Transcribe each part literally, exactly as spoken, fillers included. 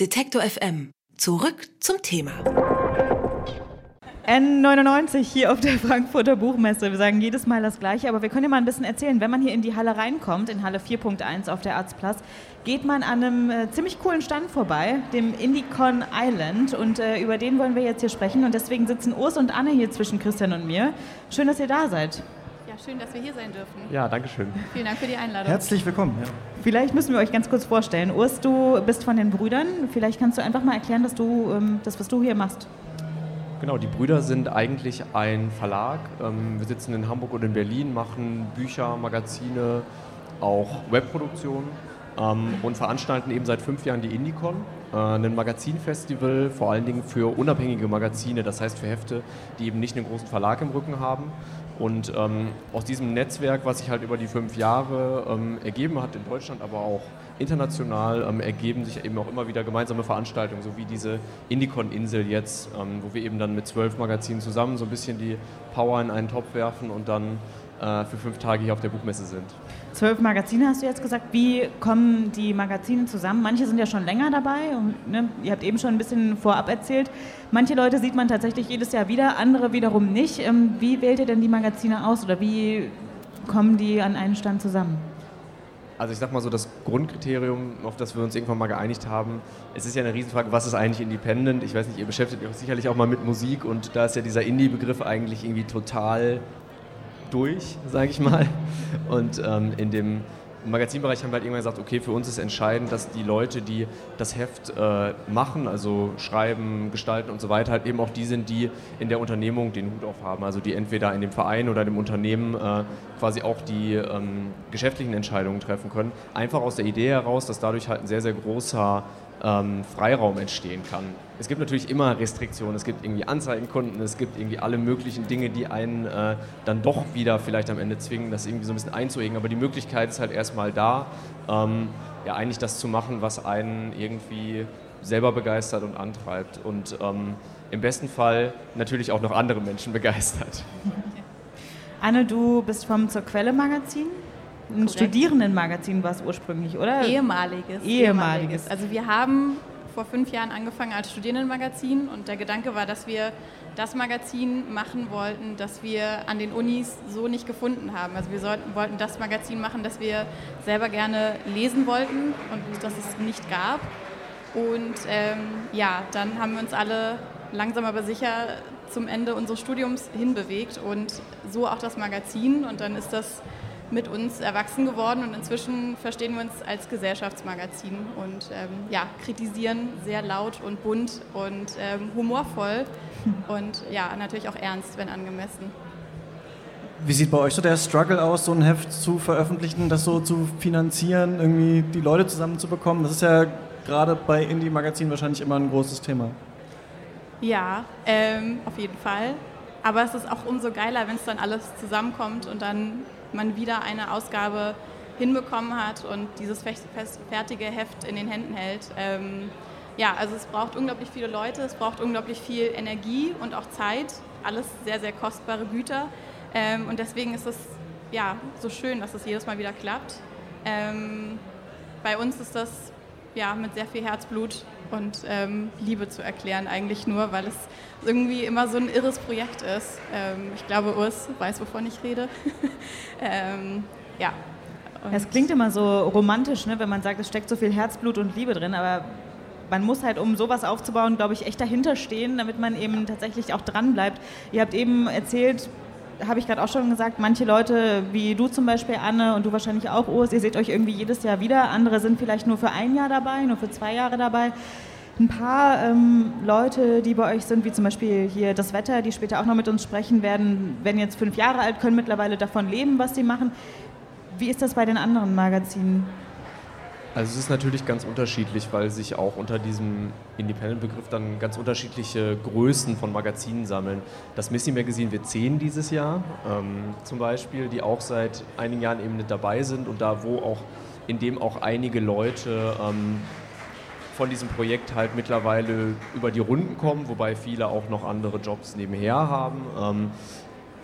Detektor F M. Zurück zum Thema. N neunundneunzig hier auf der Frankfurter Buchmesse. Wir sagen jedes Mal das Gleiche, aber wir können ja mal ein bisschen erzählen. Wenn man hier in die Halle reinkommt, in Halle vier Punkt eins auf der Arztplatz, geht man an einem äh, ziemlich coolen Stand vorbei, dem Indicon Island. Und äh, über den wollen wir jetzt hier sprechen. Und deswegen sitzen Urs und Anne hier zwischen Christian und mir. Schön, dass ihr da seid. Ja, schön, dass wir hier sein dürfen. Ja, danke schön. Vielen Dank für die Einladung. Herzlich willkommen. Ja. Vielleicht müssen wir euch ganz kurz vorstellen. Urs, du bist von den Brüdern. Vielleicht kannst du einfach mal erklären, dass du ähm, das, was du hier machst. Genau, die Brüder sind eigentlich ein Verlag. Ähm, wir sitzen in Hamburg und in Berlin, machen Bücher, Magazine, auch Webproduktionen ähm, und veranstalten eben seit fünf Jahren die Indicon, äh, ein Magazinfestival, vor allen Dingen für unabhängige Magazine, das heißt für Hefte, die eben nicht einen großen Verlag im Rücken haben. Und ähm, aus diesem Netzwerk, was sich halt über die fünf Jahre ähm, ergeben hat, in Deutschland, aber auch international, ähm, ergeben sich eben auch immer wieder gemeinsame Veranstaltungen, so wie diese Indicon-Insel jetzt, ähm, wo wir eben dann mit zwölf Magazinen zusammen so ein bisschen die Power in einen Topf werfen und dann äh, für fünf Tage hier auf der Buchmesse sind. Zwölf Magazine hast du jetzt gesagt. Wie kommen die Magazine zusammen? Manche sind ja schon länger dabei. Und, ne, ihr habt eben schon ein bisschen vorab erzählt. Manche Leute sieht man tatsächlich jedes Jahr wieder, andere wiederum nicht. Ähm, wie wählt ihr denn die Magazine aus oder wie kommen die an einen Stand zusammen? Also ich sag mal so, das Grundkriterium, auf das wir uns irgendwann mal geeinigt haben, es ist ja eine Riesenfrage, was ist eigentlich Independent? Ich weiß nicht, ihr beschäftigt euch sicherlich auch mal mit Musik und da ist ja dieser Indie-Begriff eigentlich irgendwie total durch, sage ich mal. Und ähm, in dem Magazinbereich haben wir halt irgendwann gesagt, okay, für uns ist entscheidend, dass die Leute, die das Heft äh, machen, also schreiben, gestalten und so weiter, halt eben auch die sind, die in der Unternehmung den Hut auf haben, also die entweder in dem Verein oder dem Unternehmen äh, quasi auch die ähm, geschäftlichen Entscheidungen treffen können. Einfach aus der Idee heraus, dass dadurch halt ein sehr, sehr großer ähm, Freiraum entstehen kann. Es gibt natürlich immer Restriktionen, es gibt irgendwie Anzeigenkunden, es gibt irgendwie alle möglichen Dinge, die einen äh, dann doch wieder vielleicht am Ende zwingen, das irgendwie so ein bisschen einzuhegen, aber die Möglichkeit ist halt erstmal da, ähm, ja eigentlich das zu machen, was einen irgendwie selber begeistert und antreibt und ähm, im besten Fall natürlich auch noch andere Menschen begeistert. Anne, du bist vom Zur Quelle Magazin? Ein Korrekt. Studierendenmagazin war es ursprünglich, oder? Ehemaliges. Ehemaliges. Also wir haben vor fünf Jahren angefangen als Studierendenmagazin und der Gedanke war, dass wir das Magazin machen wollten, das wir an den Unis so nicht gefunden haben. Also wir sollten, wollten das Magazin machen, das wir selber gerne lesen wollten und das es nicht gab. Und ähm, ja, dann haben wir uns alle langsam aber sicher zum Ende unseres Studiums hinbewegt und so auch das Magazin und dann ist das mit uns erwachsen geworden und inzwischen verstehen wir uns als Gesellschaftsmagazin und ähm, ja, kritisieren sehr laut und bunt und ähm, humorvoll und ja, natürlich auch ernst, wenn angemessen. Wie sieht bei euch so der Struggle aus, so ein Heft zu veröffentlichen, das so zu finanzieren, irgendwie die Leute zusammenzubekommen? Das ist ja gerade bei Indie-Magazinen wahrscheinlich immer ein großes Thema. Ja, ähm, auf jeden Fall. Aber es ist auch umso geiler, wenn es dann alles zusammenkommt und dann man wieder eine Ausgabe hinbekommen hat und dieses fertige Heft in den Händen hält. Ähm, ja, also es braucht unglaublich viele Leute, es braucht unglaublich viel Energie und auch Zeit. Alles sehr, sehr kostbare Güter. Ähm, und deswegen ist es ja so schön, dass es jedes Mal wieder klappt. Ähm, bei uns ist das ja mit sehr viel Herzblut und ähm, Liebe zu erklären, eigentlich nur, weil es irgendwie immer so ein irres Projekt ist. Ähm, ich glaube, Urs weiß, wovon ich rede. ähm, ja. Es klingt immer so romantisch, ne, wenn man sagt, es steckt so viel Herzblut und Liebe drin, aber man muss halt, um sowas aufzubauen, glaube ich, echt dahinter stehen, damit man eben tatsächlich auch dran bleibt. Ihr habt eben erzählt, habe ich gerade auch schon gesagt, manche Leute, wie du zum Beispiel, Anne, und du wahrscheinlich auch, Urs, ihr seht euch irgendwie jedes Jahr wieder. Andere sind vielleicht nur für ein Jahr dabei, nur für zwei Jahre dabei. Ein paar ähm, Leute, die bei euch sind, wie zum Beispiel hier das Wetter, die später auch noch mit uns sprechen werden, werden jetzt fünf Jahre alt, können mittlerweile davon leben, was sie machen. Wie ist das bei den anderen Magazinen? Also es ist natürlich ganz unterschiedlich, weil sich auch unter diesem Independent-Begriff dann ganz unterschiedliche Größen von Magazinen sammeln. Das Missy Magazine wird zehn dieses Jahr ähm, zum Beispiel, die auch seit einigen Jahren eben mit dabei sind und da wo auch, in dem auch einige Leute ähm, von diesem Projekt halt mittlerweile über die Runden kommen, wobei viele auch noch andere Jobs nebenher haben. Ähm,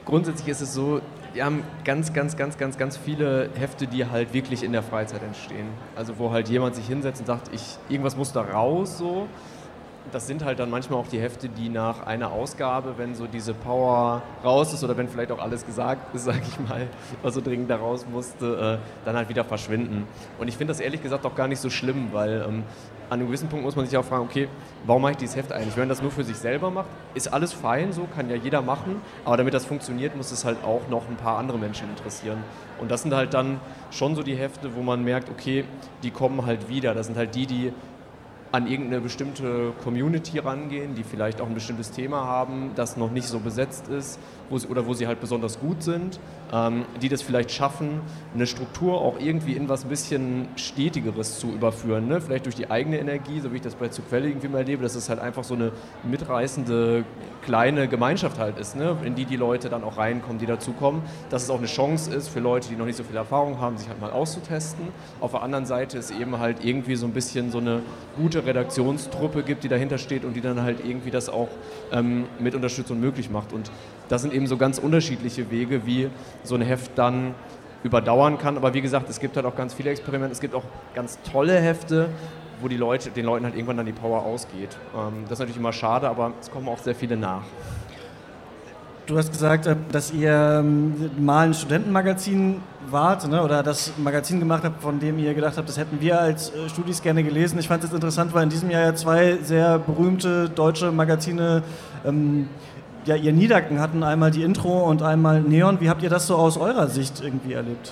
grundsätzlich ist es so, wir haben ganz, ganz, ganz, ganz, ganz viele Hefte, die halt wirklich in der Freizeit entstehen. Also wo halt jemand sich hinsetzt und sagt, ich, irgendwas muss da raus, so. Das sind halt dann manchmal auch die Hefte, die nach einer Ausgabe, wenn so diese Power raus ist oder wenn vielleicht auch alles gesagt ist, sag ich mal, was so dringend da raus musste, äh, dann halt wieder verschwinden. Und ich finde das ehrlich gesagt auch gar nicht so schlimm, weil ähm, an einem gewissen Punkt muss man sich auch fragen, okay, warum mache ich dieses Heft eigentlich? Wenn man das nur für sich selber macht, ist alles fein, so kann ja jeder machen, aber damit das funktioniert, muss es halt auch noch ein paar andere Menschen interessieren. Und das sind halt dann schon so die Hefte, wo man merkt, okay, die kommen halt wieder. Das sind halt die, die an irgendeine bestimmte Community rangehen, die vielleicht auch ein bestimmtes Thema haben, das noch nicht so besetzt ist, wo sie, oder wo sie halt besonders gut sind, ähm, die das vielleicht schaffen, eine Struktur auch irgendwie in was ein bisschen Stetigeres zu überführen, ne? Vielleicht durch die eigene Energie, so wie ich das bei Zur Quelle irgendwie mal erlebe, dass es halt einfach so eine mitreißende kleine Gemeinschaft halt ist, ne? In die die Leute dann auch reinkommen, die dazukommen, dass es auch eine Chance ist für Leute, die noch nicht so viel Erfahrung haben, sich halt mal auszutesten. Auf der anderen Seite ist eben halt irgendwie so ein bisschen so eine gute Redaktionstruppe gibt, die dahinter steht und die dann halt irgendwie das auch ähm, mit unterstützt und möglich macht. Und das sind eben so ganz unterschiedliche Wege, wie so ein Heft dann überdauern kann. Aber wie gesagt, es gibt halt auch ganz viele Experimente. Es gibt auch ganz tolle Hefte, wo die Leute, den Leuten halt irgendwann dann die Power ausgeht. Ähm, das ist natürlich immer schade, aber es kommen auch sehr viele nach. Du hast gesagt, dass ihr mal ein Studentenmagazin wart, ne? Oder das Magazin gemacht habt, von dem ihr gedacht habt, das hätten wir als Studis gerne gelesen. Ich fand es jetzt interessant, weil in diesem Jahr ja zwei sehr berühmte deutsche Magazine ähm, ja, ihr Niedergang hatten. Einmal die Intro und einmal Neon. Wie habt ihr das so aus eurer Sicht irgendwie erlebt?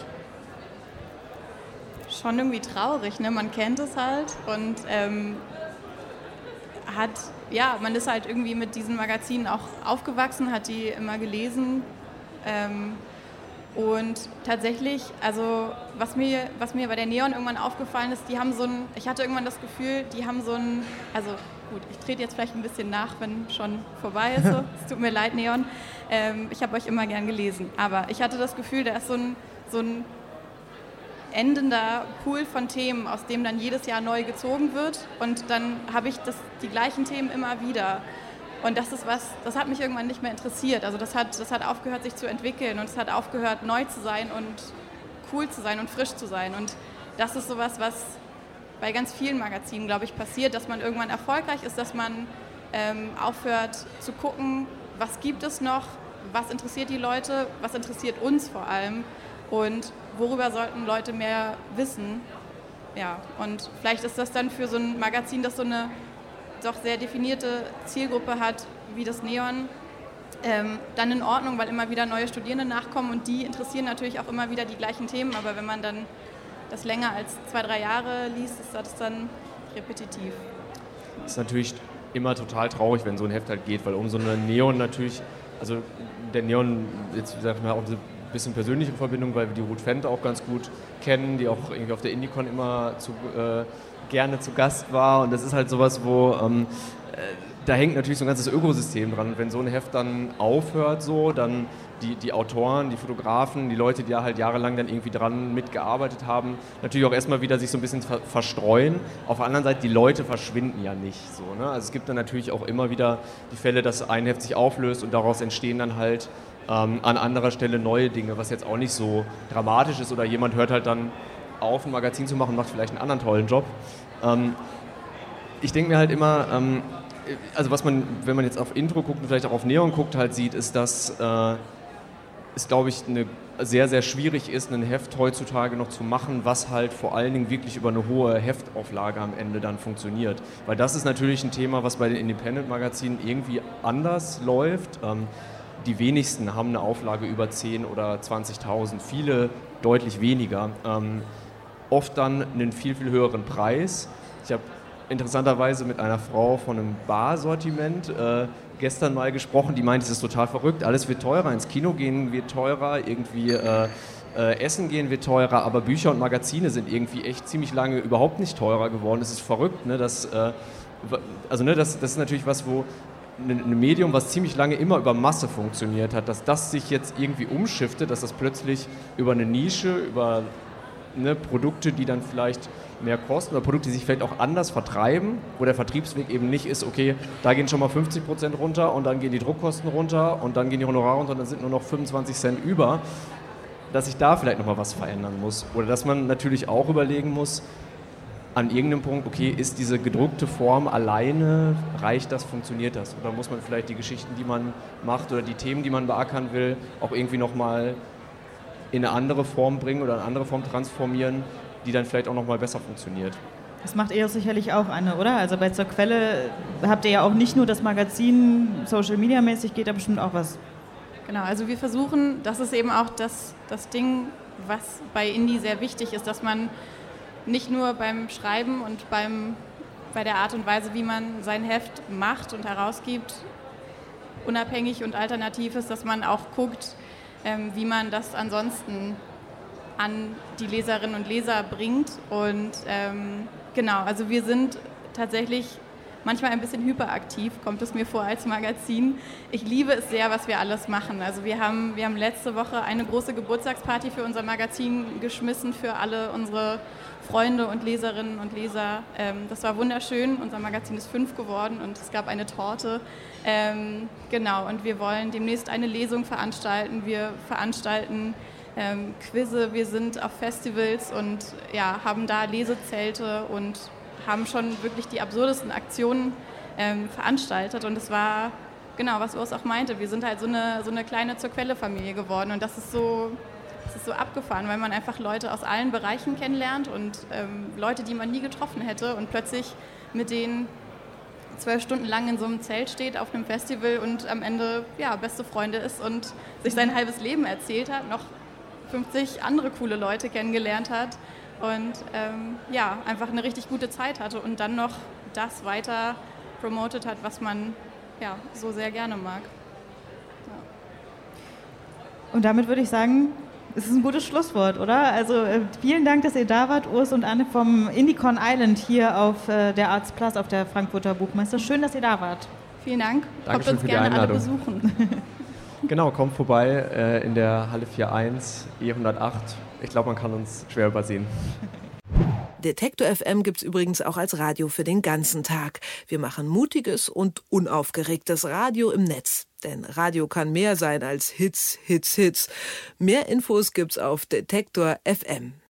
Schon irgendwie traurig, ne? Man kennt es halt und ähm, hat, ja, man ist halt irgendwie mit diesen Magazinen auch aufgewachsen, hat die immer gelesen ähm, und tatsächlich, also was mir, was mir bei der Neon irgendwann aufgefallen ist, die haben so ein, ich hatte irgendwann das Gefühl, die haben so ein, also gut, ich trete jetzt vielleicht ein bisschen nach, wenn schon vorbei ist, so. Es tut mir leid, Neon, ähm, ich habe euch immer gern gelesen, aber ich hatte das Gefühl, da ist so ein, so ein endender Pool von Themen, aus dem dann jedes Jahr neu gezogen wird und dann habe ich das, die gleichen Themen immer wieder und das ist was, das hat mich irgendwann nicht mehr interessiert, also das hat, das hat aufgehört sich zu entwickeln und es hat aufgehört neu zu sein und cool zu sein und frisch zu sein und das ist sowas, was bei ganz vielen Magazinen, glaube ich, passiert, dass man irgendwann erfolgreich ist, dass man ähm, aufhört zu gucken, was gibt es noch, was interessiert die Leute, was interessiert uns vor allem und worüber sollten Leute mehr wissen. Ja, und vielleicht ist das dann für so ein Magazin, das so eine doch sehr definierte Zielgruppe hat, wie das Neon, ähm, dann in Ordnung, weil immer wieder neue Studierende nachkommen und die interessieren natürlich auch immer wieder die gleichen Themen, aber wenn man dann das länger als zwei, drei Jahre liest, ist das dann repetitiv. Das ist natürlich immer total traurig, wenn so ein Heft halt geht, weil um so eine Neon natürlich, also der Neon, jetzt sagen wir auch so bisschen persönliche Verbindung, weil wir die Ruth Fendt auch ganz gut kennen, die auch irgendwie auf der Indicon immer zu, äh, gerne zu Gast war und das ist halt sowas, wo ähm, äh, da hängt natürlich so ein ganzes Ökosystem dran und wenn so ein Heft dann aufhört so, dann die, die Autoren, die Fotografen, die Leute, die da halt jahrelang dann irgendwie dran mitgearbeitet haben, natürlich auch erstmal wieder sich so ein bisschen ver- verstreuen. Auf der anderen Seite, die Leute verschwinden ja nicht so, ne? Also es gibt dann natürlich auch immer wieder die Fälle, dass ein Heft sich auflöst und daraus entstehen dann halt Ähm, an anderer Stelle neue Dinge, was jetzt auch nicht so dramatisch ist oder jemand hört halt dann auf, ein Magazin zu machen und macht vielleicht einen anderen tollen Job. Ähm, ich denke mir halt immer, ähm, also was man, wenn man jetzt auf Intro guckt und vielleicht auch auf Neon guckt, halt sieht, ist, dass äh, es, glaube ich, eine sehr, sehr schwierig ist, ein Heft heutzutage noch zu machen, was halt vor allen Dingen wirklich über eine hohe Heftauflage am Ende dann funktioniert. Weil das ist natürlich ein Thema, was bei den Independent-Magazinen irgendwie anders läuft. Ähm, Die wenigsten haben eine Auflage über zehn oder zwanzigtausend, viele deutlich weniger. Ähm, oft dann einen viel, viel höheren Preis. Ich habe interessanterweise mit einer Frau von einem Barsortiment äh, gestern mal gesprochen, die meint, es ist total verrückt, alles wird teurer, ins Kino gehen wird teurer, irgendwie äh, äh, Essen gehen wird teurer, aber Bücher und Magazine sind irgendwie echt ziemlich lange überhaupt nicht teurer geworden. Es ist verrückt, ne, dass, äh, also, ne, das, das ist natürlich was, wo ein Medium, was ziemlich lange immer über Masse funktioniert hat, dass das sich jetzt irgendwie umschiftet, dass das plötzlich über eine Nische, über ne, Produkte, die dann vielleicht mehr kosten oder Produkte, die sich vielleicht auch anders vertreiben, wo der Vertriebsweg eben nicht ist, okay, da gehen schon mal fünfzig Prozent runter und dann gehen die Druckkosten runter und dann gehen die Honorare runter und dann sind nur noch fünfundzwanzig Cent über, dass sich da vielleicht nochmal was verändern muss. Oder dass man natürlich auch überlegen muss, an irgendeinem Punkt, okay, ist diese gedruckte Form alleine, reicht das, funktioniert das? Oder muss man vielleicht die Geschichten, die man macht oder die Themen, die man beackern will, auch irgendwie nochmal in eine andere Form bringen oder in eine andere Form transformieren, die dann vielleicht auch nochmal besser funktioniert? Das macht ihr sicherlich auch, Anne, oder? Also bei Zur Quelle habt ihr ja auch nicht nur das Magazin, Social Media mäßig geht da bestimmt auch was. Genau, also wir versuchen, das ist eben auch das, das Ding, was bei Indie sehr wichtig ist, dass man nicht nur beim Schreiben und beim, bei der Art und Weise, wie man sein Heft macht und herausgibt, unabhängig und alternativ ist, dass man auch guckt, ähm, wie man das ansonsten an die Leserinnen und Leser bringt. Und ähm, genau, also wir sind tatsächlich manchmal ein bisschen hyperaktiv, kommt es mir vor als Magazin. Ich liebe es sehr, was wir alles machen. Also wir haben, wir haben letzte Woche eine große Geburtstagsparty für unser Magazin geschmissen, für alle unsere Freunde und Leserinnen und Leser. Ähm, das war wunderschön. Unser Magazin ist fünf geworden und es gab eine Torte. Ähm, genau, und wir wollen demnächst eine Lesung veranstalten. Wir veranstalten ähm, Quizze, wir sind auf Festivals und ja, haben da Lesezelte und haben schon wirklich die absurdesten Aktionen ähm, veranstaltet. Und es war, genau, was Urs auch meinte, wir sind halt so eine, so eine kleine Zur-Quelle-Familie geworden. Und das ist so... Das ist so abgefahren, weil man einfach Leute aus allen Bereichen kennenlernt und ähm, Leute, die man nie getroffen hätte und plötzlich mit denen zwölf Stunden lang in so einem Zelt steht auf einem Festival und am Ende ja, beste Freunde ist und sich sein halbes Leben erzählt hat, noch fünfzig andere coole Leute kennengelernt hat und ähm, ja, einfach eine richtig gute Zeit hatte und dann noch das weiter promotet hat, was man ja, so sehr gerne mag. Ja. Und damit würde ich sagen, es ist ein gutes Schlusswort, oder? Also äh, vielen Dank, dass ihr da wart, Urs und Anne vom Indie-Con Island hier auf äh, der Arts Plus auf der Frankfurter Buchmesse. Schön, dass ihr da wart. Vielen Dank. Dankeschön Kommt uns für die gerne alle Einladung. besuchen. Genau, kommt vorbei äh, in der Halle vier eins, E hundertacht. Ich glaube, man kann uns schwer übersehen. Detektor F M gibt's übrigens auch als Radio für den ganzen Tag. Wir machen mutiges und unaufgeregtes Radio im Netz. Denn Radio kann mehr sein als Hits, Hits, Hits. Mehr Infos gibt's auf Detektor F M.